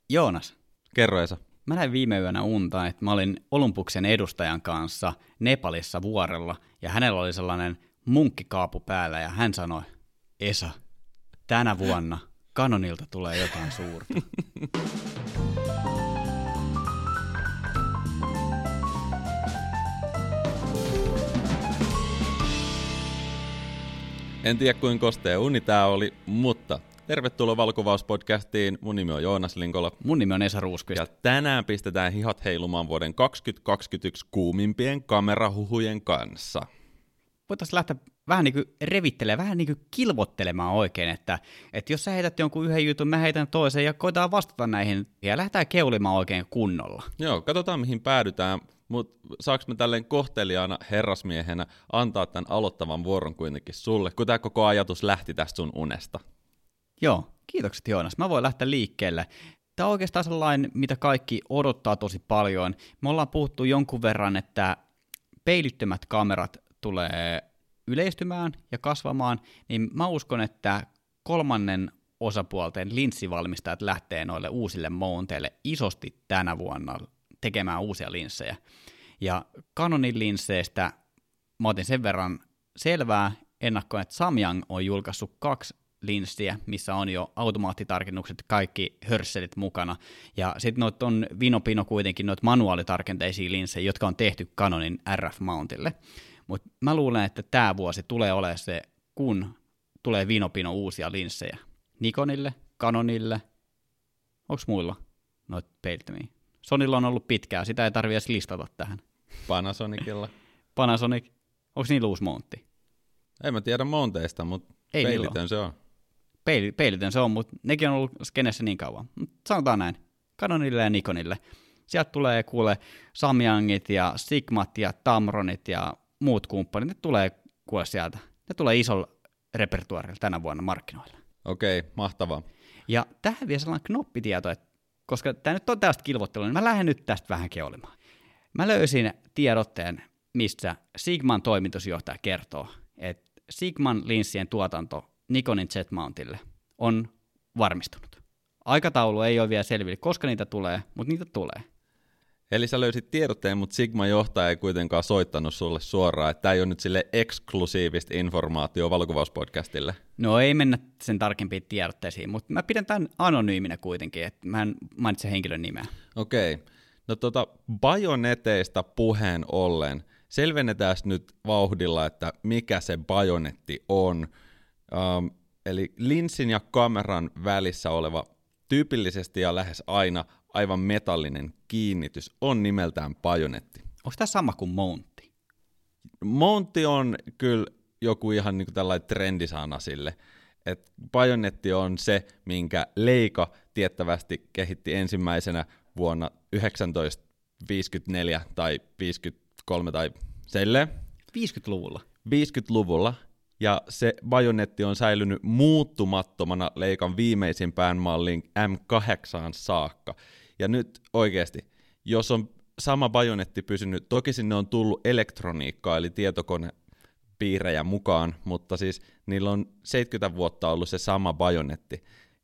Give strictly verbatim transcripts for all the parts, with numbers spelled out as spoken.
Joonas, Kerro Esa. mä näin viime yönä unta, että mä olin Olympuksen edustajan kanssa Nepalissa vuorella, ja hänellä oli sellainen munkkikaapu päällä, ja hän sanoi, Esa, tänä vuonna Canonilta tulee jotain suurta. En tiedä kuinka kostea uni tää oli, mutta tervetuloa Valkuvauspodcastiin. Mun nimi on Joonas Linkola. Mun nimi on Esa Ruuskvist. Ja tänään pistetään hihat heilumaan vuoden kaksituhattakaksikymmentäyksi kuumimpien kamerahuhujen kanssa. Voitaisiin lähteä vähän niin kuin revittelemään, vähän niin kuin kilvottelemaan oikein, että, että jos sä heität jonkun yhden jutun, mä heitän toisen ja koetaan vastata näihin ja lähdetään keulimaan oikein kunnolla. Joo, katsotaan mihin päädytään, mutta saaks me tälleen kohteliaana herrasmiehenä antaa tämän aloittavan vuoron kuitenkin sulle, kun tämä koko ajatus lähti tästä sun unesta? Joo, kiitokset Joonas. Mä voin lähteä liikkeelle. Tämä on oikeastaan sellainen, mitä kaikki odottaa tosi paljon. Me ollaan puhuttu jonkun verran, että peilittömät kamerat tulee yleistymään ja kasvamaan, niin mä uskon, että kolmannen osapuolten linssivalmistajat lähtee noille uusille mounteille isosti tänä vuonna tekemään uusia linssejä. Ja Canonin linsseistä mä otin sen verran selvää ennakkoon, että Samyang on julkaissut kaksi linssiä, missä on jo automaattitarkennukset, kaikki hörsselit mukana, ja sitten noita on vinopino kuitenkin noita manuaalitarkenteisia linssejä, jotka on tehty Canonin R F-mountille. Mutta mä luulen, että tämä vuosi tulee olemaan se, kun tulee vinopino uusia linssejä. Nikonille, Canonille, onko muilla noita peilittömiä? Sonylla on ollut pitkään, sitä ei tarvitse edes listata tähän. Panasonicilla. Panasonic, onko niillä uusi mountti? En mä tiedä mounteista, mutta ei peilitön se on. Peil, peilitön se on, mutta nekin on ollut skenessä niin kauan. Mut sanotaan näin, Canonille ja Nikonille. Sieltä tulee kuule Samyangit ja Sigmat ja Tamronit ja muut kumppanit, ne tulee kuule sieltä. Ne tulee isolla repertuaarilla tänä vuonna markkinoille. Okei, mahtavaa. Ja tähän vielä sellainen knoppitieto, että koska tämä nyt on tästä kilvottelua, niin mä lähden nyt tästä vähän keulimaan. Mä löysin tiedotteen, missä Sigman toimitusjohtaja kertoo, että Sigman linssien tuotanto Nikonin Z-mountille on varmistunut. Aikataulu ei ole vielä selville, koska niitä tulee, mutta niitä tulee. Eli sä löysit tiedotteen, mutta Sigma-johtaja ei kuitenkaan soittanut sulle suoraan, että tämä ei ole nyt sille eksklusiivista informaatiota Valkuvauspodcastille. No ei mennä sen tarkempiin tiedotteisiin, mutta mä pidän tämän anonyyminä kuitenkin, että mä en mainitse henkilön nimeä. Okei. No tota, bajoneteista puheen ollen, selvennetään nyt vauhdilla, että mikä se bajonetti on. Um, eli linssin ja kameran välissä oleva tyypillisesti ja lähes aina aivan metallinen kiinnitys on nimeltään bajonetti. Onko tämä sama kuin mountti? Mountti on kyllä joku ihan niin kuin tällainen trendisana sille, että bajonetti on se, minkä Leica tiettävästi kehitti ensimmäisenä vuonna yhdeksäntoistasataaviisikymmentäneljä tai viisikymmentäkolme tai selleen. viisikymmentäluvulla. viisikymmentäluvulla. Ja se bajonetti on säilynyt muuttumattomana Leican viimeisimpään malliin M kahdeksan saakka. Ja nyt oikeasti, jos on sama bajonetti pysynyt, toki sinne on tullut elektroniikkaa, eli tietokonepiirejä mukaan, mutta siis niillä on seitsemänkymmentä vuotta ollut se sama bajonetti.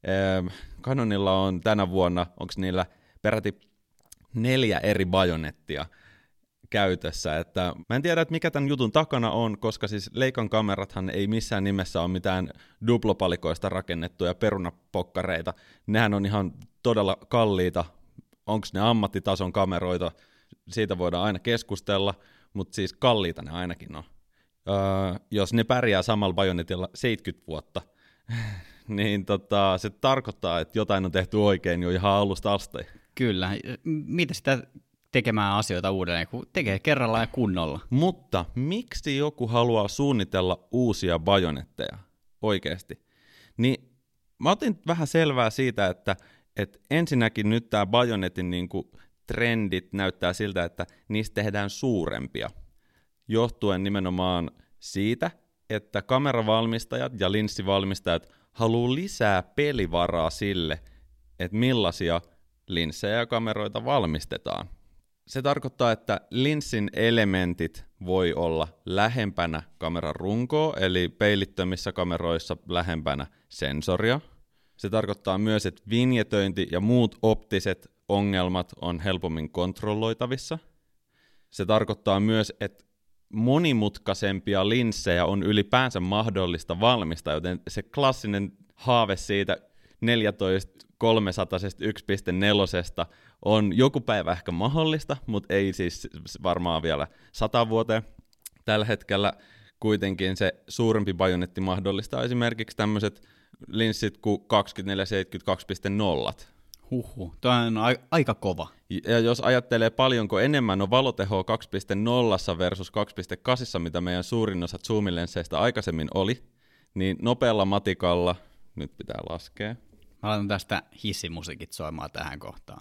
Canonilla on tänä vuonna, onko niillä peräti neljä eri bajonettia käytössä, että mä en tiedä, että mikä tämän jutun takana on, koska siis Leican kamerathan ei missään nimessä ole mitään duplopalikoista rakennettuja perunapokkareita. Nehän on ihan todella kalliita. Onko ne ammattitason kameroita? Siitä voidaan aina keskustella, mutta siis kalliita ne ainakin on. Öö, jos ne pärjää samalla bajonetilla seitsemänkymmentä vuotta, niin tota, se tarkoittaa, että jotain on tehty oikein jo ihan alusta asti. Kyllä. Mitä sitä tekemään asioita uudelleen, kun tekee kerrallaan ja kunnolla. Mutta miksi joku haluaa suunnitella uusia bajonetteja oikeasti? Niin mä otin vähän selvää siitä, että, että ensinnäkin nyt tämä bajonetin niinku trendit näyttää siltä, että niistä tehdään suurempia, johtuen nimenomaan siitä, että kameravalmistajat ja linssivalmistajat haluaa lisää pelivaraa sille, että millaisia linssejä ja kameroita valmistetaan. Se tarkoittaa, että linssin elementit voi olla lähempänä kameran runkoa, eli peilittömissä kameroissa lähempänä sensoria. Se tarkoittaa myös, että vinjetöinti ja muut optiset ongelmat on helpommin kontrolloitavissa. Se tarkoittaa myös, että monimutkaisempia linssejä on ylipäänsä mahdollista valmistaa, joten se klassinen haave siitä neljätoista kolmesataa yksi pilkku neljä on joku päivä ehkä mahdollista, mutta ei siis varmaan vielä sata vuoteen. Tällä hetkellä kuitenkin se suurempi bajonetti mahdollistaa esimerkiksi tämmöiset linssit kuin kaksikymmentäneljä seitsemänkymmentäkaksi pilkku nolla. Huhhuh, tuo on a- aika kova. Ja jos ajattelee paljonko enemmän on valotehoa kaksi pilkku nolla versus kaksi pilkku kahdeksan, mitä meidän suurin osa zoomilensseistä aikaisemmin oli, niin nopealla matikalla, nyt pitää laskea. Mä laitan tästä hissimusiikit soimaan tähän kohtaan.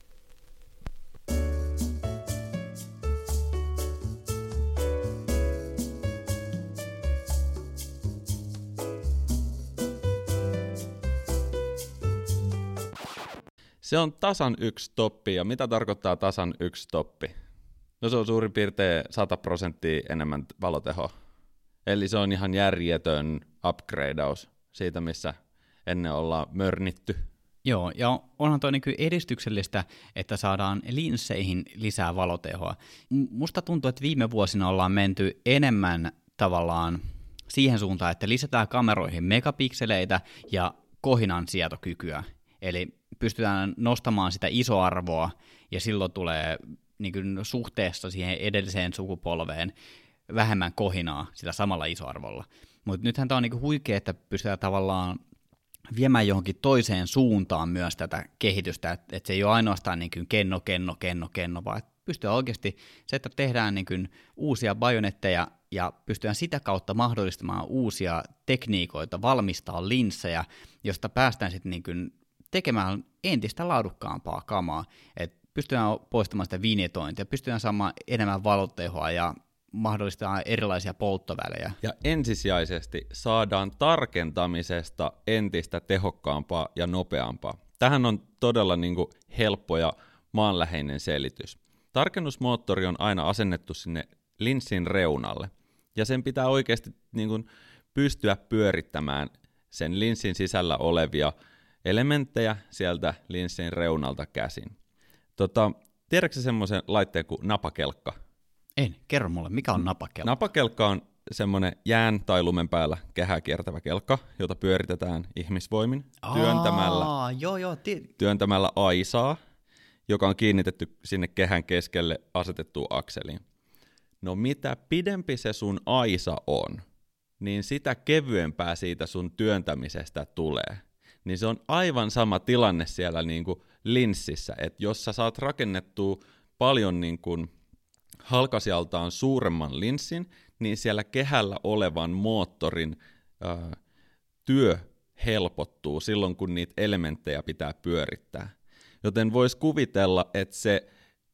Se on tasan yksi stoppi, ja mitä tarkoittaa tasan yksi stoppi? No se on suurin piirtein sata prosenttia enemmän valotehoa. Eli se on ihan järjetön upgradeaus siitä, missä ennen ollaan mörnitty. Joo, ja onhan toi niinku edistyksellistä, että saadaan linsseihin lisää valotehoa. M- musta tuntuu, että viime vuosina ollaan menty enemmän tavallaan siihen suuntaan, että lisätään kameroihin megapikseleitä ja kohinan sietokykyä. Eli pystytään nostamaan sitä isoarvoa, ja silloin tulee niin kuin suhteessa siihen edelliseen sukupolveen vähemmän kohinaa sillä samalla isoarvolla. Mutta nythän tämä on niin huikea, että pystytään tavallaan viemään johonkin toiseen suuntaan myös tätä kehitystä, että et se ei ole ainoastaan niin kuin kenno, kenno, kenno, kenno, vaan että pystytään oikeasti se, että tehdään niin kuin uusia bajonetteja ja pystytään sitä kautta mahdollistamaan uusia tekniikoita, valmistaa linssejä, josta päästään sitten niin kuin tekemään entistä laadukkaampaa kamaa, että pystytään poistamaan sitä vinjetointia, pystytään saamaan enemmän valotehoa ja mahdollistetaan erilaisia polttovälejä. Ja ensisijaisesti saadaan tarkentamisesta entistä tehokkaampaa ja nopeampaa. Tähän on todella niin kuin helppo ja maanläheinen selitys. Tarkennusmoottori on aina asennettu sinne linssin reunalle, ja sen pitää oikeasti niin kuin pystyä pyörittämään sen linssin sisällä olevia elementtejä sieltä linssin reunalta käsin. Tota, tiedätkö semmoisen laitteen kuin napakelkka? En, kerro mulle, mikä on napakelkka? Napakelkka on semmoinen jään tai lumen päällä kehää kiertävä kelkka, jota pyöritetään ihmisvoimin työntämällä, Aa, joo, joo, ti- työntämällä aisaa, joka on kiinnitetty sinne kehän keskelle asetettuun akseliin. No mitä pidempi se sun aisa on, niin sitä kevyempää siitä sun työntämisestä tulee. Niin se on aivan sama tilanne siellä niin kuin linssissä, että jos sä saat rakennettua paljon niin kuin halkasijaltaan suuremman linssin, niin siellä kehällä olevan moottorin ää, työ helpottuu silloin, kun niitä elementtejä pitää pyörittää. Joten voisi kuvitella, että se,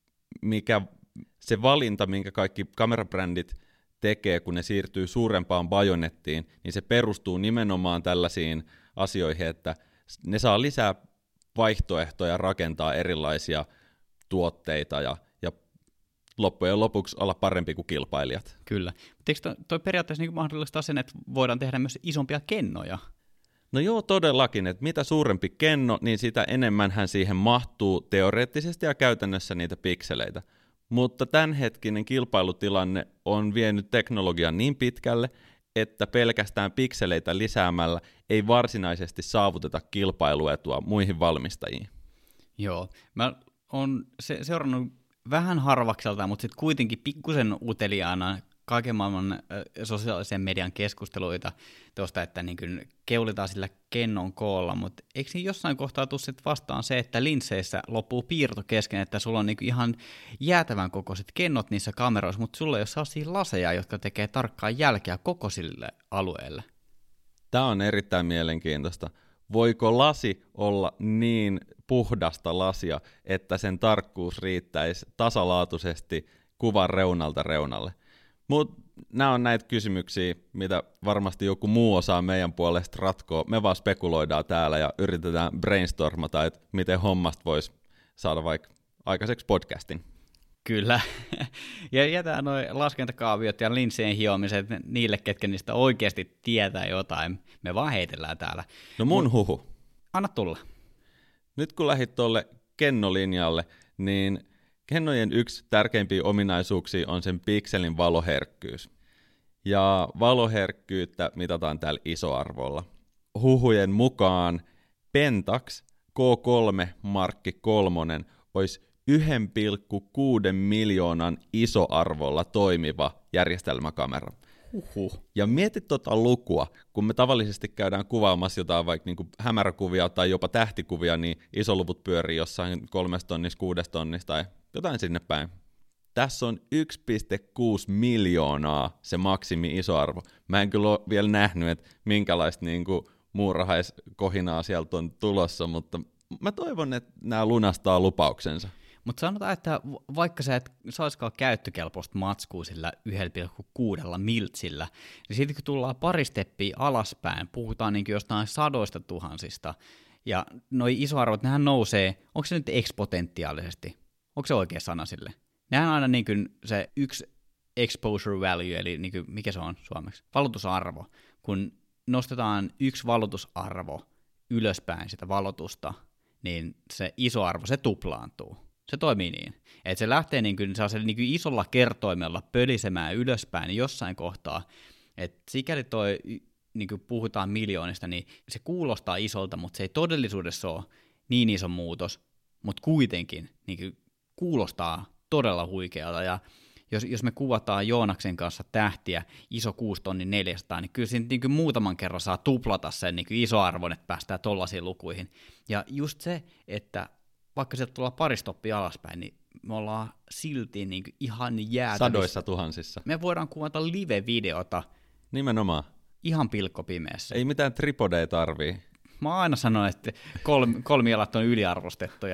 mikä, se valinta, minkä kaikki kamerabrändit tekee, kun ne siirtyy suurempaan bajonettiin, niin se perustuu nimenomaan tällaisiin asioihin, että ne saa lisää vaihtoehtoja rakentaa erilaisia tuotteita ja, ja loppujen lopuksi olla parempi kuin kilpailijat. Kyllä. Mutta eikö toi, toi periaatteessa niin mahdollistaa sen, että voidaan tehdä myös isompia kennoja? No joo, todellakin, että mitä suurempi kenno, niin sitä enemmänhän siihen mahtuu teoreettisesti ja käytännössä niitä pikseleitä. Mutta tämänhetkinen kilpailutilanne on vienyt teknologian niin pitkälle, että pelkästään pikseleitä lisäämällä ei varsinaisesti saavuteta kilpailuetua muihin valmistajiin. Joo, mä oon se, seurannut vähän harvakselta, mutta sitten kuitenkin pikkusen uteliaana kaiken maailman äh, sosiaalisen median keskusteluita tuosta, että niin kuin keulitaan sillä kennon koolla, mutta eikö siinä jossain kohtaa tule sit vastaan se, että linsseissä loppuu piirto kesken, että sulla on niin kuin ihan jäätävän kokoiset kennot niissä kameroissa, mutta sulla ei ole sellaisia laseja, jotka tekee tarkkaa jälkeä koko sille alueelle. Tämä on erittäin mielenkiintoista. Voiko lasi olla niin puhdasta lasia, että sen tarkkuus riittäisi tasalaatuisesti kuvan reunalta reunalle? Mutta nämä on näitä kysymyksiä, mitä varmasti joku muu osaa meidän puolesta ratkoa. Me vaan spekuloidaan täällä ja yritetään brainstormata, että miten hommasta voisi saada vaikka aikaiseksi podcastin. Kyllä. Ja jätään nuo laskentakaaviot ja linssien hiomiset niille, ketkä niistä oikeasti tietää jotain. Me vaan heitellään täällä. No mun huhu. Anna tulla. Nyt kun lähdit tuolle kennolinjalle, niin kennojen yksi tärkeimpiä ominaisuuksia on sen pikselin valoherkkyys. Ja valoherkkyyttä mitataan täällä isoarvolla. Huhujen mukaan Pentax K kolme Markki kolme olisi yksi pilkku kuusi miljoonan isoarvolla toimiva järjestelmäkamera. Huhhuh. Ja mietit tota lukua, kun me tavallisesti käydään kuvaamassa jotain vaikka niinku hämäräkuvia tai jopa tähtikuvia, niin isoluvut pyörii jossain kolmes tonnissa, kuudes tonnissa tai jotain sinne päin. Tässä on yksi pilkku kuusi miljoonaa se maksimi isoarvo. Mä en kyllä ole vielä nähnyt, että minkälaista niinku muurahaiskohinaa sieltä on tulossa, mutta mä toivon, että nämä lunastaa lupauksensa. Mutta sanotaan, että vaikka sä et saisikaan käyttökelpoista matskua sillä yksi pilkku kuusi miltsillä, niin sitten kun tullaan pari steppiä alaspäin, puhutaan niin jostain sadoista tuhansista, ja noi isoarvot, nehän nousee, onko se nyt eksponentiaalisesti? Onko se oikea sana sille? Nehän on aina niin kuin se yksi exposure value, eli niin kuin, mikä se on suomeksi? Valotusarvo. Kun nostetaan yksi valotusarvo ylöspäin sitä valotusta, niin se isoarvo, se tuplaantuu. Se toimii niin, että se lähtee niin kuin, se niin kuin isolla kertoimella pölisemään ylöspäin niin jossain kohtaa, että sikäli toi, niin kuin puhutaan miljoonista, niin se kuulostaa isolta, mutta se ei todellisuudessa ole niin iso muutos, mutta kuitenkin niin kuin kuulostaa todella huikealta, ja jos, jos me kuvataan Joonaksen kanssa tähtiä iso kuusi tonni neljäsataa, niin kyllä siinä niin kuin muutaman kerran saa tuplata sen niin kuin isoarvon, että päästään tollaisiin lukuihin, ja just se, että vaikka sieltä tullaan pari stoppia alaspäin, niin me ollaan silti niin kuin ihan jäätävissä. Sadoissa tuhansissa. Me voidaan kuvata live-videota. Nimenomaan. Ihan pilkkopimeessä. Ei mitään tripodeja tarvii. Mä aina sanon, että kolm, kolmialat on yliarvostettuja.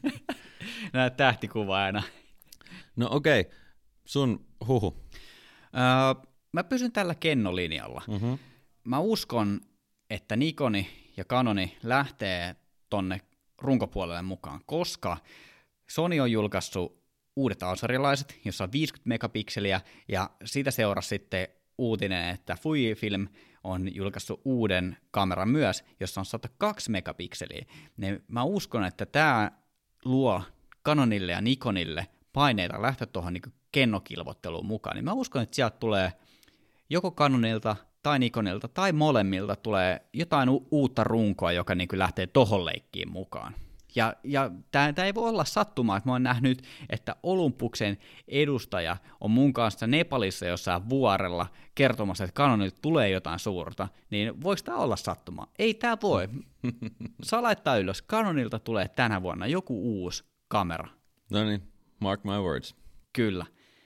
Nämä tähtikuva aina. No okei, okay. Sun huhu. Öö, mä pysyn tällä kennolinjalla. Mm-hmm. Mä uskon, että Nikoni ja Canoni lähtee tonne runkopuolelle mukaan, koska Sony on julkaissut uudet alsarilaiset, jossa on viisikymmentä megapikseliä, ja siitä seurasi sitten uutinen, että Fujifilm on julkaissut uuden kameran myös, jossa on sata kaksi megapikseliä. Niin mä uskon, että tämä luo Canonille ja Nikonille paineita lähteä tuohon niin kennokilvotteluun mukaan. Niin mä uskon, että sieltä tulee joko Canonilta tai Nikonilta tai molemmilta tulee jotain u- uutta runkoa, joka niin lähtee tohon leikkiin mukaan. Ja, ja tämä ei voi olla sattumaa, että mä oon nähnyt, että Olympuksen edustaja on mun kanssa Nepalissa jossain vuorella kertomassa, että Canonilta tulee jotain suurta, niin voiko tämä olla sattumaa? Ei tämä voi. Saa laittaa ylös, Canonilta tulee tänä vuonna joku uusi kamera. No niin, mark my words. Kyllä.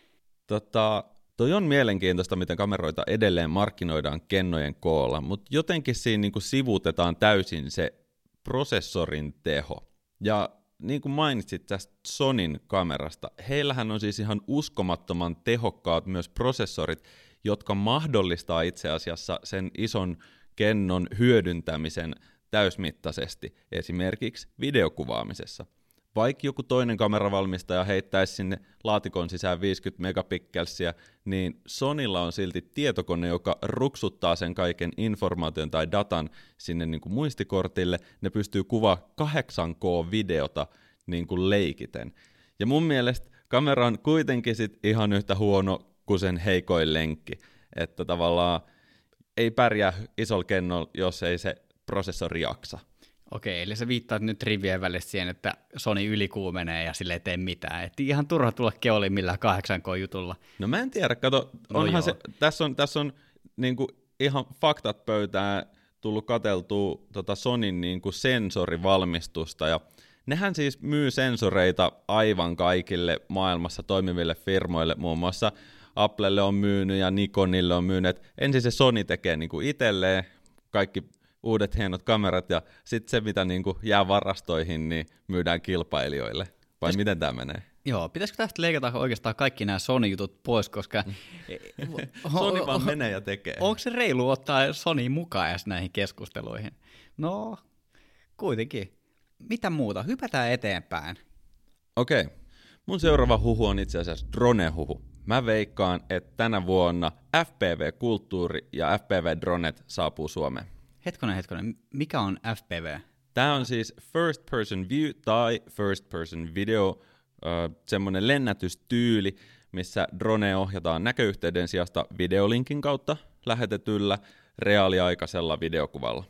Tota, toi on mielenkiintoista, miten kameroita edelleen markkinoidaan kennojen koolla, mutta jotenkin siinä niinku sivuutetaan täysin se prosessorin teho. Ja niin kuin mainitsit tästä Sonyn kamerasta, heillähän on siis ihan uskomattoman tehokkaat myös prosessorit, jotka mahdollistaa itse asiassa sen ison kennon hyödyntämisen täysmittaisesti, esimerkiksi videokuvaamisessa. Vaikka joku toinen kameravalmistaja heittäisi sinne laatikon sisään viisikymmentä megapikselsiä, niin Sonylla on silti tietokone, joka ruksuttaa sen kaiken informaation tai datan sinne niin kuin muistikortille. Ne pystyy kuvaa kahdeksan K-videota niin kuin leikiten. Ja mun mielestä kamera on kuitenkin sit ihan yhtä huono kuin sen heikoin lenkki. Että tavallaan ei pärjää isolla kennolla, jos ei se prosessori jaksa. Okei, eli sä viittaat nyt rivien välistä siihen, että Sony ylikuumenee ja sille ei tee mitään. Et ihan turha tulla keoliin millään kahdeksan K-jutulla. No mä en tiedä, kato, onhan no se, tässä on, tässä on niinku ihan faktat pöytään tullut katseltua tota Sonyn niinku sensorivalmistusta, ja nehän siis myy sensoreita aivan kaikille maailmassa toimiville firmoille, muun muassa Applelle on myynyt ja Nikonille on myynyt. Ensin se Sony tekee niinku itselleen kaikki uudet hienot kamerat, ja sitten se, mitä niinku jää varastoihin, niin myydään kilpailijoille. Vai Pitäis... miten tämä menee? Joo, pitäisikö tästä leikata oikeastaan kaikki nämä Sony-jutut pois, koska... Sony vaan menee ja tekee. Onko se reilu ottaa Sony mukaan edes näihin keskusteluihin? No, kuitenkin. Mitä muuta? Hypätään eteenpäin. Okei. Okay. Mun seuraava huhu on itse asiassa drone-huhu. Mä veikkaan, että tänä vuonna F P V-kulttuuri ja F P V-dronet saapuu Suomeen. Hetkonen, hetkonen. Mikä on F P V? Tämä on siis first person view tai first person video, äh, semmoinen lennätystyyli, missä drone ohjataan näköyhteyden sijasta videolinkin kautta lähetetyllä reaaliaikaisella videokuvalla.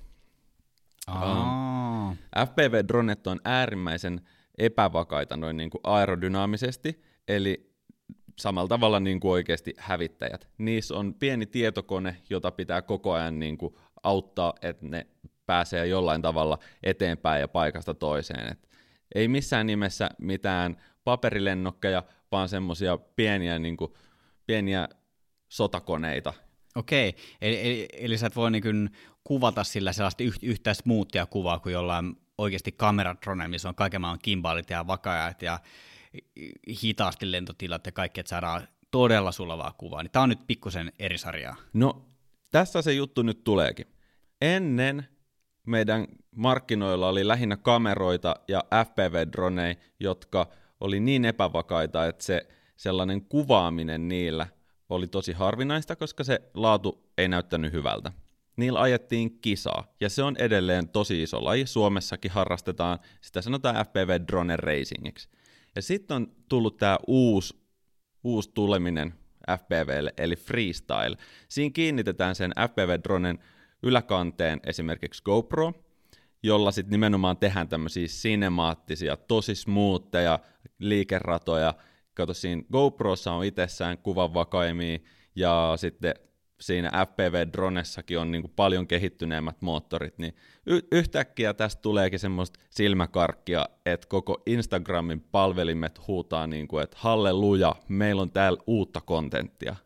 Oh. F P V-dronet on äärimmäisen epävakaita noin niin kuin aerodynaamisesti, eli samalla tavalla niin kuin oikeasti hävittäjät. Niissä on pieni tietokone, jota pitää koko ajan niin kuin auttaa, että ne pääsee jollain tavalla eteenpäin ja paikasta toiseen. Et ei missään nimessä mitään paperilennokkeja, vaan semmoisia pieniä, niin kuin, pieniä sotakoneita. Okei, eli, eli, eli sä et voi niin kuin kuvata sillä sellaista yhtä smoothia kuvaa kuin jollain oikeasti kameradrone, missä on kaiken maailman gimbaalit ja vakaajat ja hitaasti lentotilat ja kaikki, että saadaan todella sulavaa kuvaa. Niin tää on nyt pikkusen eri sarjaa. No, tässä se juttu nyt tuleekin. Ennen meidän markkinoilla oli lähinnä kameroita ja F P V-droneja, jotka oli niin epävakaita, että se sellainen kuvaaminen niillä oli tosi harvinaista, koska se laatu ei näyttänyt hyvältä. Niillä ajettiin kisaa, ja se on edelleen tosi iso laji. Suomessakin harrastetaan, sitä sanotaan F P V-drone racingiksi. Ja sitten on tullut tämä uusi, uusi tuleminen F P V:lle, eli freestyle. Siinä kiinnitetään sen F P V-dronen yläkanteen esimerkiksi GoPro, jolla sitten nimenomaan tehdään tämmöisiä sinemaattisia, tosi smoothia liikeratoja. Kato, siinä GoProssa on itsessään kuvan vakaimia, ja sitten siinä F P V-dronessakin on niinku paljon kehittyneemmät moottorit, niin y- yhtäkkiä tästä tuleekin semmoista silmäkarkkia, että koko Instagramin palvelimet huutaa, niinku, että halleluja, meillä on täällä uutta kontenttia.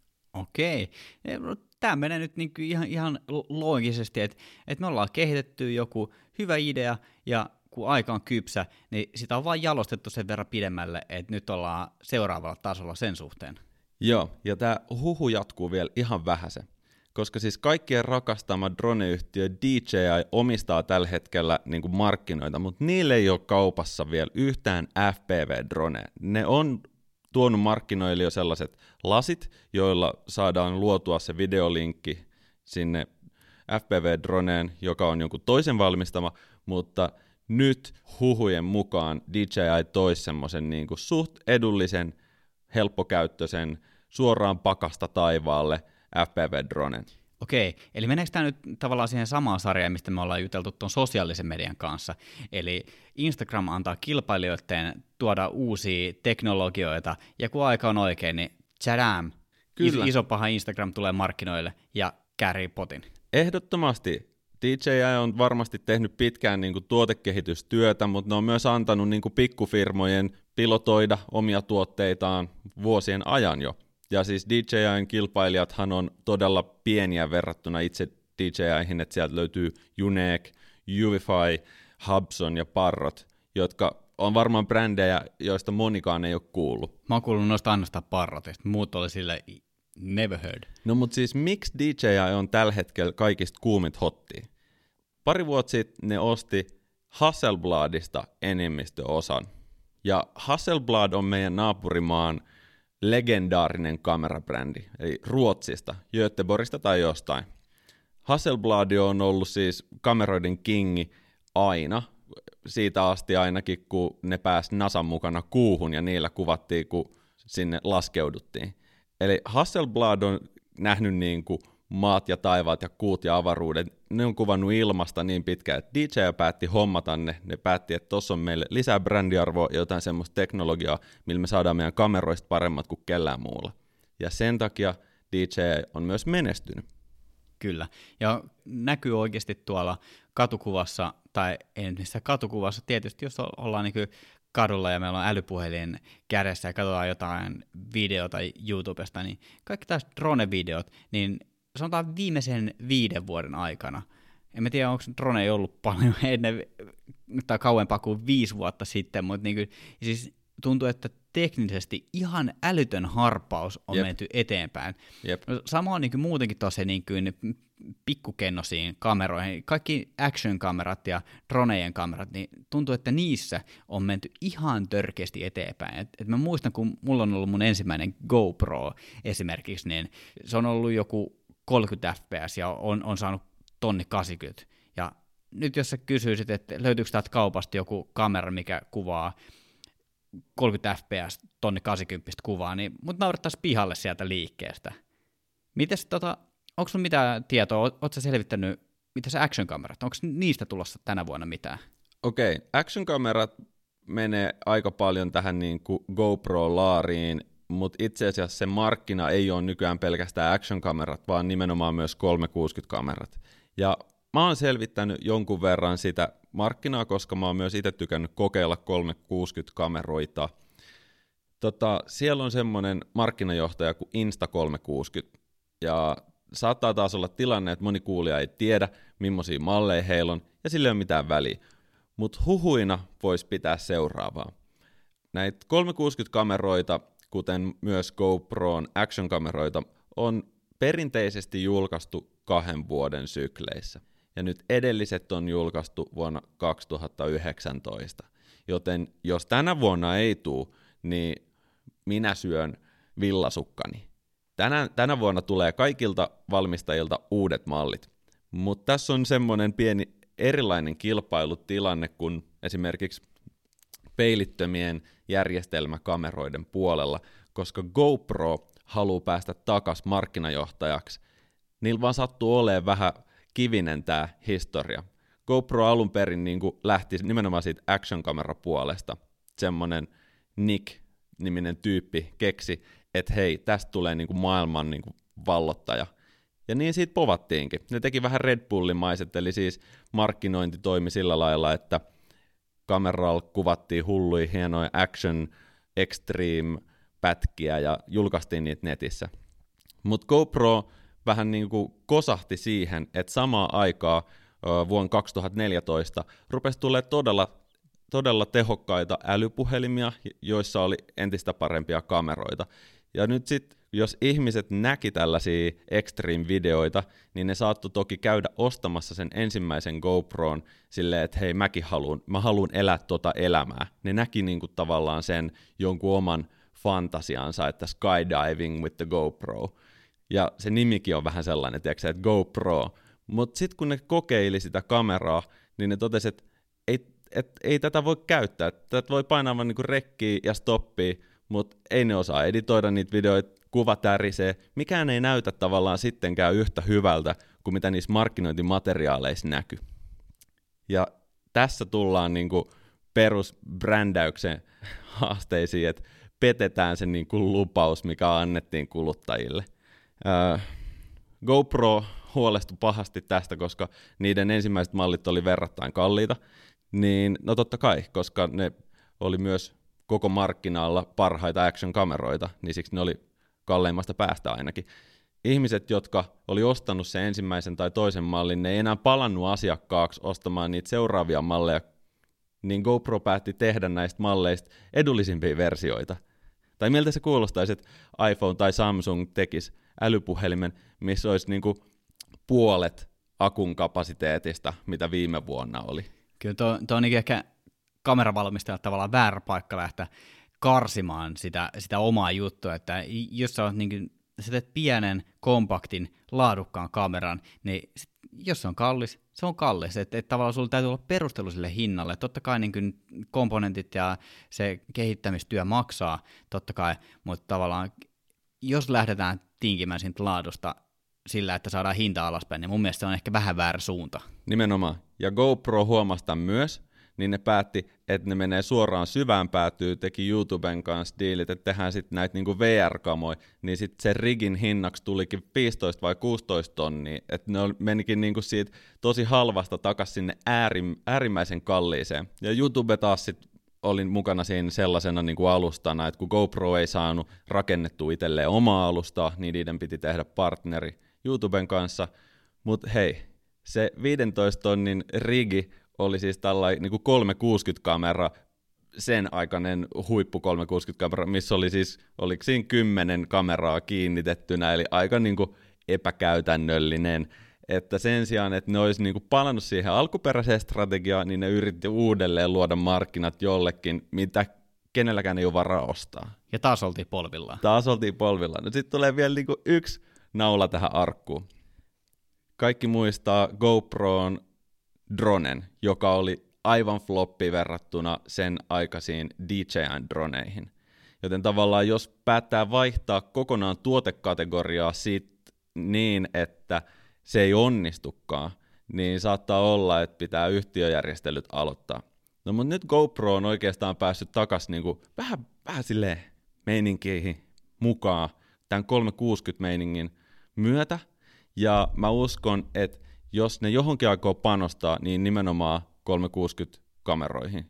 Okei. Tämä menee nyt niinku ihan, ihan loogisesti, että, että me ollaan kehitetty joku hyvä idea, ja kun aika on kypsä, niin sitä on vain jalostettu sen verran pidemmälle, että nyt ollaan seuraavalla tasolla sen suhteen. Joo, ja tämä huhu jatkuu vielä ihan vähäsen, koska siis kaikkien rakastama droneyhtiö D J I omistaa tällä hetkellä niin kuin markkinoita, mutta niille ei ole kaupassa vielä yhtään F P V-droneja. Ne on tuonut markkinoille jo sellaiset lasit, joilla saadaan luotua se videolinkki sinne F P V-droneen, joka on jonkun toisen valmistama, mutta nyt huhujen mukaan D J I toisi semmoisen niin kuin suht edullisen, helppokäyttöisen, suoraan pakasta taivaalle F P V-dronen. Okei, eli meneekö tämä nyt tavallaan siihen samaan sarjaan, mistä me ollaan juteltu tuon sosiaalisen median kanssa? Eli Instagram antaa kilpailijoiden tuoda uusia teknologioita, ja kun aika on oikein, niin tsadam, Kyllä. iso paha Instagram tulee markkinoille ja käärii potin. Ehdottomasti. D J I on varmasti tehnyt pitkään niin kuin tuotekehitystyötä, mutta ne on myös antanut niin kuin pikkufirmojen pilotoida omia tuotteitaan vuosien ajan jo. Ja siis D J I:n kilpailijathan on todella pieniä verrattuna itse D J I:hin, että sieltä löytyy Junek, Uvify, Hubson ja Parrot, jotka on varmaan brändejä, joista monikaan ei ole kuullut. Mä oon kuullut noista ainoastaan Parrotista, muut oli sille never heard. No mut siis miksi D J I on tällä hetkellä kaikista kuumit hottia? Pari vuotta sitten ne osti Hasselbladista enemmistöosan. Ja Hasselblad on meidän naapurimaan legendaarinen kamerabrändi, eli Ruotsista, Göteborgista tai jostain. Hasselblad on ollut siis kameroiden kingi aina, siitä asti ainakin, kun ne pääsi NASAn mukana kuuhun ja niillä kuvattiin, kun sinne laskeuduttiin. Eli Hasselblad on nähnyt niin kuin maat ja taivaat ja kuut ja avaruudet, ne on kuvannut ilmasta niin pitkään, että D J I päätti hommata ne, ne päätti, että tuossa on meille lisää brändiarvoa ja jotain semmoista teknologiaa, millä me saadaan meidän kameroista paremmat kuin kellään muulla. Ja sen takia D J I on myös menestynyt. Kyllä, ja näkyy oikeasti tuolla katukuvassa, tai ei missään katukuvassa, tietysti jos ollaan niin kuin kadulla ja meillä on älypuhelin kädessä ja katsotaan jotain videota YouTubesta, niin kaikki taas drone-videot, niin sanotaan viimeisen viiden vuoden aikana. En mä tiedä, onko drone ei ollut paljon ennen tai kauempaa kuin viisi vuotta sitten, mutta niin kuin, siis tuntuu, että teknisesti ihan älytön harppaus on Jep. menty eteenpäin. Jep. Sama on niin kuin muutenkin tosi niin kuin pikkukennosiin kameroihin, kaikki action-kamerat ja dronejen kamerat, niin tuntuu, että niissä on menty ihan törkeästi eteenpäin. Et, et mä muistan, kun mulla on ollut mun ensimmäinen GoPro esimerkiksi, niin se on ollut joku kolmekymmentä F P S ja on, on saanut tonni kahdeksankymmentä. Ja nyt jos sä kysyisit, että löytyykö täältä kaupasta joku kamera, mikä kuvaa kolmekymmentä F P S, tonni kahdeksankymmentä kuvaa, niin mut naurattaisiin pihalle sieltä liikkeestä. Mites tota, onko sun mitään tietoa, ootko sä selvittänyt, mitä se action-kamerat, onko niistä tulossa tänä vuonna mitään? Okei, okay. Action-kamerat menee aika paljon tähän niin kuin GoPro-laariin, mutta itse asiassa se markkina ei ole nykyään pelkästään action-kamerat, vaan nimenomaan myös kolmesataakuusikymmentä-kamerat. Ja mä oon selvittänyt jonkun verran sitä markkinaa, koska mä oon myös itse tykännyt kokeilla kolmesataakuusikymmentä-kameroita. Tota, siellä on semmoinen markkinajohtaja kuin Insta kolmesataakuusikymmentä, ja saattaa taas olla tilanne, että moni kuulija ei tiedä, millaisia malleja heillä on, ja sillä ei ole mitään väliä. Mutta huhuina voisi pitää seuraavaa. Näitä kolmesataakuusikymmentä-kameroita, kuten myös GoPron action-kameroita, on perinteisesti julkaistu kahden vuoden sykleissä. Ja nyt edelliset on julkaistu vuonna kaksituhattayhdeksäntoista. Joten jos tänä vuonna ei tule, niin minä syön villasukkani. Tänä, tänä vuonna tulee kaikilta valmistajilta uudet mallit. Mutta tässä on semmoinen pieni erilainen kilpailutilanne kuin esimerkiksi peilittömien järjestelmäkameroiden puolella, koska GoPro haluaa päästä takas markkinajohtajaksi. Niillä vaan sattuu olemaan vähän kivinen tämä historia. GoPro alun perin niin kuin lähti nimenomaan siitä action-kamerapuolesta. Semmoinen Nick-niminen tyyppi keksi, että hei, tästä tulee niin kuin maailman niin kuin vallottaja. Ja niin siitä povattiinkin. Ne teki vähän Red Bullimaiset, eli siis markkinointi toimi sillä lailla, että kameralla kuvattiin hulluja hienoja action extreme pätkiä ja julkaistiin niitä netissä. Mutta GoPro vähän niin kuin kosahti siihen, että samaan aikaan vuonna kaksituhattaneljätoista rupesi tulemaan todella, todella tehokkaita älypuhelimia, joissa oli entistä parempia kameroita. Ja nyt sitten, jos ihmiset näki tällaisia extreme-videoita, niin ne saattoi toki käydä ostamassa sen ensimmäisen GoPron silleen, että hei, mäkin haluun, mä haluun elää tota elämää. Ne näki niinku tavallaan sen jonkun oman fantasiansa, että skydiving with the GoPro. Ja se nimikin on vähän sellainen, tiedätkö, että GoPro. Mutta sitten kun ne kokeili sitä kameraa, niin ne totesi, että ei, et, ei tätä voi käyttää. Tätä voi painaa vaan niinku rekkiä ja stoppia, mutta ei ne osaa editoida niitä videoita, kuva tärisee. Mikään ei näytä tavallaan sittenkään yhtä hyvältä kuin mitä niissä markkinointimateriaaleissa näkyy. Ja tässä tullaan niinku perusbrändäyksen haasteisiin, että petetään se niinku lupaus, mikä annettiin kuluttajille. Öö, GoPro huolestui pahasti tästä, koska niiden ensimmäiset mallit oli verrattain kalliita. Niin, no totta kai, koska ne oli myös koko markkinaalla parhaita action-kameroita, niin siksi ne oli kalleimmasta päästä ainakin. Ihmiset, jotka oli ostanut sen ensimmäisen tai toisen mallin, ne ei enää palannut asiakkaaksi ostamaan niitä seuraavia malleja, niin GoPro päätti tehdä näistä malleista edullisimpia versioita. Tai miltä se kuulostaisi, että iPhone tai Samsung tekisi älypuhelimen, missä olisi niinku puolet akun kapasiteetista, mitä viime vuonna oli. Kyllä tuo, tuo on ehkä kameravalmistajalle tavallaan väärä paikka lähteä karsimaan sitä, sitä omaa juttua, että jos sä, oot niin kuin, sä teet pienen, kompaktin, laadukkaan kameran, niin sit, jos se on kallis, se on kallis, että et tavallaan sulla täytyy olla perustelu sille hinnalle, totta kai niin kuin komponentit ja se kehittämistyö maksaa, totta kai, mutta tavallaan jos lähdetään tinkimään siitä laadusta sillä, että saadaan hinta alaspäin, niin mun mielestä se on ehkä vähän väärä suunta. Nimenomaan, ja GoPro huomasi tämän myös, niin ne päätti, että ne menee suoraan syvään päätyyn, teki YouTuben kanssa diilit, että tehdään sitten näitä niinku V R-kamoja, niin sitten se rigin hinnaksi tulikin viisitoista vai kuusitoista tonnia, että ne menikin niinku siitä tosi halvasta takaisin sinne äärim, äärimmäisen kalliiseen. Ja YouTube taas sitten oli mukana siinä sellaisena niinku alustana, että kun GoPro ei saanut rakennettua itselleen omaa alustaa, niin niiden piti tehdä partneri YouTuben kanssa, mutta hei, se viisitoista tonnin rigi oli siis tällainen niin kuin kolmesataakuusikymmentä-kamera, sen aikainen huippu kolmesataakuusikymmentä-kamera, missä oli siis, oliko siinä kymmenen kameraa kiinnitettynä, eli aika niin kuin epäkäytännöllinen, että sen sijaan, että ne olisi niin kuin palannut siihen alkuperäiseen strategiaan, niin ne yritti uudelleen luoda markkinat jollekin, mitä kenelläkään ei ole varaa ostaa. Ja taas oltiin polvillaan. Taas oltiin polvillaan. No sitten tulee vielä niin kuin yksi naula tähän arkkuun. Kaikki muistaa GoPron dronen, joka oli aivan floppi verrattuna sen aikaisiin D J I-droneihin. Joten tavallaan jos päättää vaihtaa kokonaan tuotekategoriaa sit niin, että se ei onnistukaan, niin saattaa olla, että pitää yhtiöjärjestelyt aloittaa. No mutta nyt GoPro on oikeastaan päässyt takaisin niinku vähän, vähän silleen meininkiin mukaan tämän kolmesataakuusikymmentä-meiningin myötä. Ja mä uskon, että jos ne johonkin aikoo panostaa, niin nimenomaan kolmesataakuusikymmentä-kameroihin,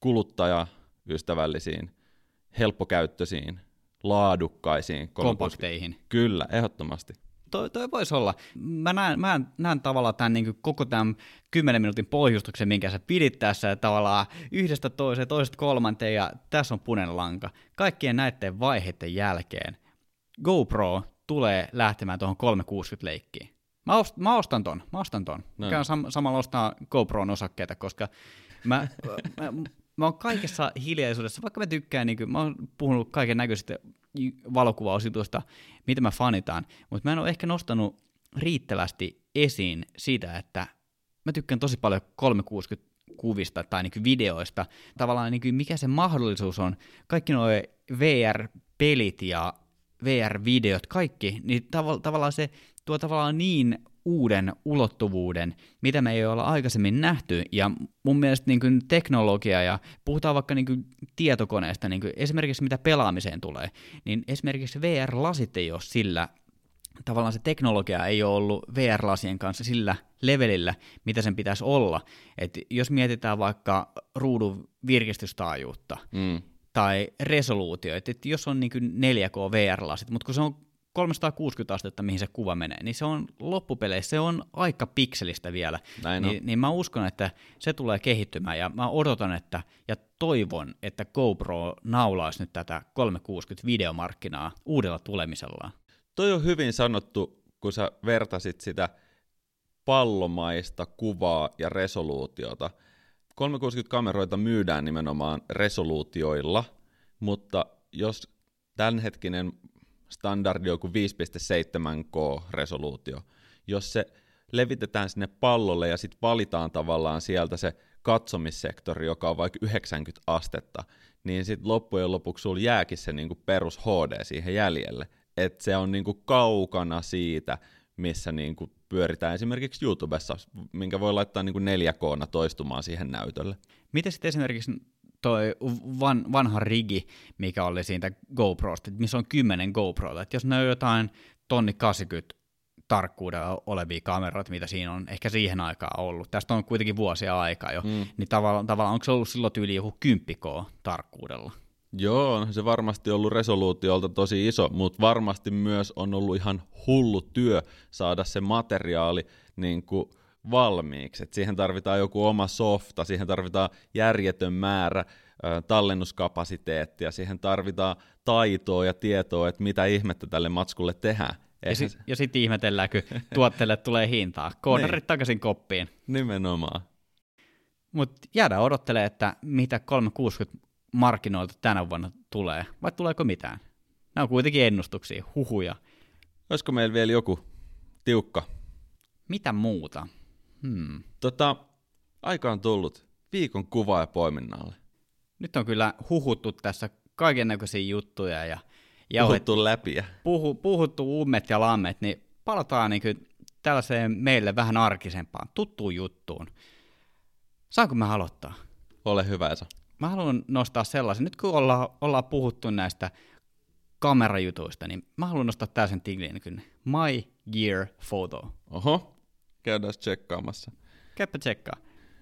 kuluttajaystävällisiin, helppokäyttöisiin, laadukkaisiin. Kompakteihin. Kyllä, ehdottomasti. Toi, toi voisi olla. Mä näen, mä näen tavallaan tämän, niin koko tämän kymmenen minuutin pohjustuksen, minkä sä pidit tässä, ja tavallaan yhdestä toiseen, toisesta kolmanteen, ja tässä on punainen lanka. Kaikkien näiden vaiheiden jälkeen GoPro tulee lähtemään tuohon kolmesataakuusikymmentä-leikkiin. Mä, ost, mä ostan ton, mä ostan ton. No. Käyn sam, samalla ostaa GoPron osakkeita, koska mä, mä, mä oon kaikessa hiljaisuudessa, vaikka mä tykkään, niin kuin, mä oon puhunut kaiken näköisistä valokuvaosituista, mitä mä fanitaan, mutta mä en ole ehkä nostanut riittävästi esiin siitä, että mä tykkään tosi paljon kolmesataakuusikymmentä-kuvista tai niin kuin videoista, tavallaan niin kuin mikä se mahdollisuus on, kaikki nuo V R-pelit ja V R-videot, kaikki, niin tav- tavallaan se tuo tavallaan niin uuden ulottuvuuden, mitä me ei olla aikaisemmin nähty, ja mun mielestä niin kuin teknologia, ja puhutaan vaikka niin kuin tietokoneesta, niin kuin esimerkiksi mitä pelaamiseen tulee, niin esimerkiksi V R-lasit ei ole sillä, tavallaan se teknologia ei ole ollut V R-lasien kanssa sillä levelillä, mitä sen pitäisi olla, että jos mietitään vaikka ruudun virkistystaajuutta, mm. tai resoluutioita, että jos on niin kuin neljä K V R-lasit, mutta kun se on kolmesataakuusikymmentä astetta, mihin se kuva menee, niin se on loppupeleissä, se on aika pikselistä vielä. Niin, niin mä uskon, että se tulee kehittymään, ja mä odotan, että, ja toivon, että GoPro naulaisi nyt tätä kolmesataakuusikymmentä-videomarkkinaa uudella tulemisellaan. Toi on hyvin sanottu, kun sä vertasit sitä pallomaista kuvaa ja resoluutiota. kolmesataakuusikymmentä-kameroita myydään nimenomaan resoluutioilla, mutta jos tämänhetkinen standardi on kuin viisi pilkku seitsemän K-resoluutio. Jos se levitetään sinne pallolle ja sitten valitaan tavallaan sieltä se katsomissektori, joka on vaikka yhdeksänkymmentä astetta, niin sitten loppujen lopuksi sulla jääkin se niinku perus H D siihen jäljelle. Että se on niinku kaukana siitä, missä niinku pyöritään esimerkiksi YouTubessa, minkä voi laittaa niinku neljä K:na toistumaan siihen näytölle. Miten sitten esimerkiksi toi van, vanha rigi, mikä oli siitä GoProsta, missä on kymmenen GoProta, että jos ne on jotain tonni kahdeksankymmentä tarkkuudella olevia kameroita, mitä siinä on ehkä siihen aikaan ollut, tästä on kuitenkin vuosia aikaa jo, mm. niin tavallaan, tavallaan onko se ollut silloin tyyli joku kymmenen K tarkkuudella? Joo, on se varmasti ollut resoluutiolta tosi iso, mutta varmasti myös on ollut ihan hullu työ saada se materiaali niin kuin valmiiksi. Et siihen tarvitaan joku oma softa, siihen tarvitaan järjetön määrä ö, tallennuskapasiteettia, siihen tarvitaan taitoa ja tietoa, että mitä ihmettä tälle matskulle tehdään. Ja sitten se... sit ihmetellään, kun tuotteelle tulee hintaa. Koodarit niin. Takaisin koppiin. Nimenomaan. Mutta jäädään odottelemaan, että mitä kolmesataakuusikymmentä markkinoilta tänä vuonna tulee, vai tuleeko mitään? Nämä on kuitenkin ennustuksia, huhuja. Olisiko meillä vielä joku tiukka? Mitä muuta? Hmm. Tota, aika on tullut viikon kuva ja poiminnalle. Nyt on kyllä huhuttu tässä kaikennäköisiä juttuja ja puhuttu läpiä. Puhu, puhuttu ummet ja lammet, niin palataan niin kuin tällaiseen meille vähän arkisempaan, tuttuun juttuun. Saanko mä aloittaa? Ole hyvä, Esa. Mä haluan nostaa sellaisen, nyt kun ollaan, ollaan puhuttu näistä kamerajutuista, niin mä haluan nostaa tällaisen tiglin kuin My Gear Photo. Oho, käydään tsekkaamassa. Käypä tsekkaa.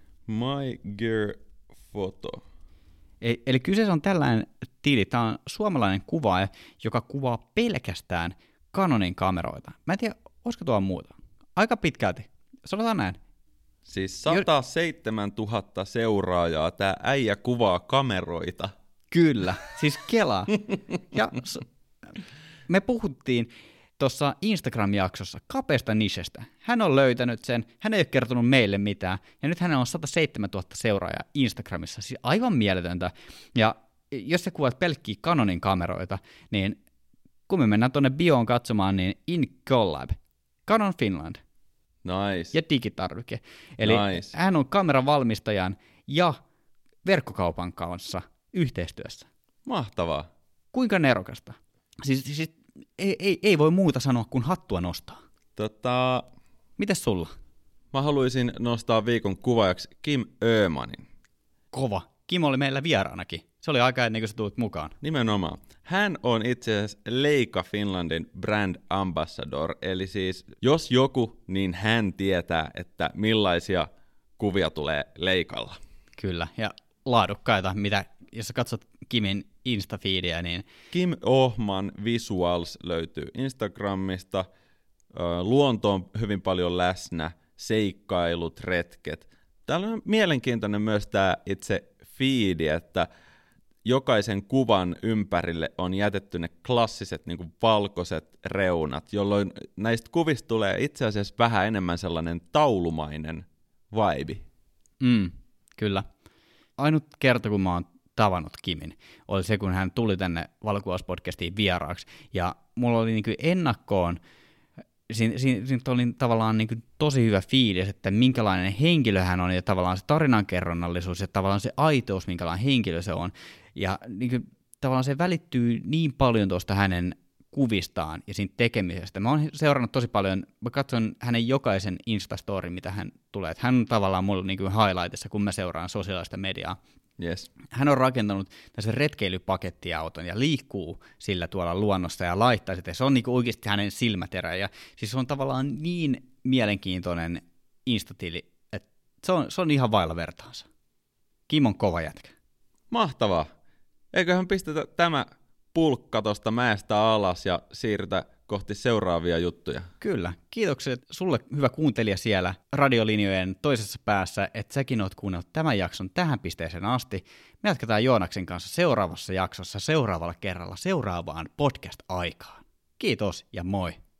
My Gear Photo. Eli, eli kyseessä on tällainen tili, tämä on suomalainen kuvaaja, joka kuvaa pelkästään Canonin kameroita. Mä en tiedä, olisiko tuo muuta. Aika pitkälti. Sanotaan näin. Siis sata seitsemän tuhatta seuraajaa, tää äijä kuvaa kameroita. Kyllä, siis kelaa. Ja me puhuttiin tuossa Instagram-jaksossa kapeasta nichestä. Hän on löytänyt sen, hän ei ole kertonut meille mitään, ja nyt hänellä on sata seitsemän tuhatta seuraajaa Instagramissa, siis aivan mieletöntä. Ja jos sä kuvat pelkkiä Canonin kameroita, niin kun me mennään tuonne bioon katsomaan, niin In Collab, Canon Finland. Nice. ja digitarvike. Eli Nice. hän on kameravalmistajan ja verkkokaupan kanssa yhteistyössä. Mahtavaa. Kuinka nerokasta? Siis, siis ei, ei, ei voi muuta sanoa kuin hattua nostaa. Tota, Mites sulla? mä haluaisin nostaa viikon kuvaajaksi Kim Öhmanin. Kova. Kim oli meillä vieraanakin. Se oli aika ennen kuin sä tulit mukaan. Nimenomaan. Hän on itse asiassa Leica Finlandin brand ambassador, eli siis jos joku, niin hän tietää, että millaisia kuvia tulee Leicalla. Kyllä, ja laadukkaita, mitä, jos sä katsot Kimin Insta-feediä, niin Kim Öhman Visuals löytyy Instagramista, luonto on hyvin paljon läsnä, seikkailut, retket. Täällä on mielenkiintoinen myös tämä itse feedi, että jokaisen kuvan ympärille on jätetty ne klassiset niin kuin valkoiset reunat, jolloin näistä kuvista tulee itse asiassa vähän enemmän sellainen taulumainen vibe. mm, kyllä. Ainut kerta, kun mä oon tavannut Kimin, oli se, kun hän tuli tänne Valokuvauspodcastiin vieraaksi, ja mulla oli niin kuin ennakkoon, siinä, siinä, siinä oli tavallaan niin kuin tosi hyvä fiilis, että minkälainen henkilö hän on, ja tavallaan se tarinankerronnallisuus, ja tavallaan se aitous, minkälainen henkilö se on, ja niin kuin, tavallaan se välittyy niin paljon tuosta hänen kuvistaan ja siitä tekemisestä. Mä oon seurannut tosi paljon, mä katson hänen jokaisen Instastorin, mitä hän tulee. Että hän on tavallaan mulla niin kuin highlightissa, kun mä seuraan sosiaalista mediaa. Yes. Hän on rakentanut tämmöisen retkeilypakettiauton ja liikkuu sillä tuolla luonnossa ja laittaa sitä. Se on niin kuin oikeasti hänen silmäterä. Ja siis se on tavallaan niin mielenkiintoinen Instatili, että se on, se on ihan vailla vertaansa. Kim on kova jätkä. Mahtavaa. Eiköhän pistetä tämä pulkka tuosta mäestä alas ja siirrytä kohti seuraavia juttuja. Kyllä. Kiitokset sulle, hyvä kuuntelija siellä radiolinjojen toisessa päässä, että säkin oot kuunnellut tämän jakson tähän pisteeseen asti. Me jatketaan Joonaksen kanssa seuraavassa jaksossa seuraavalla kerralla seuraavaan podcast-aikaan. Kiitos ja moi!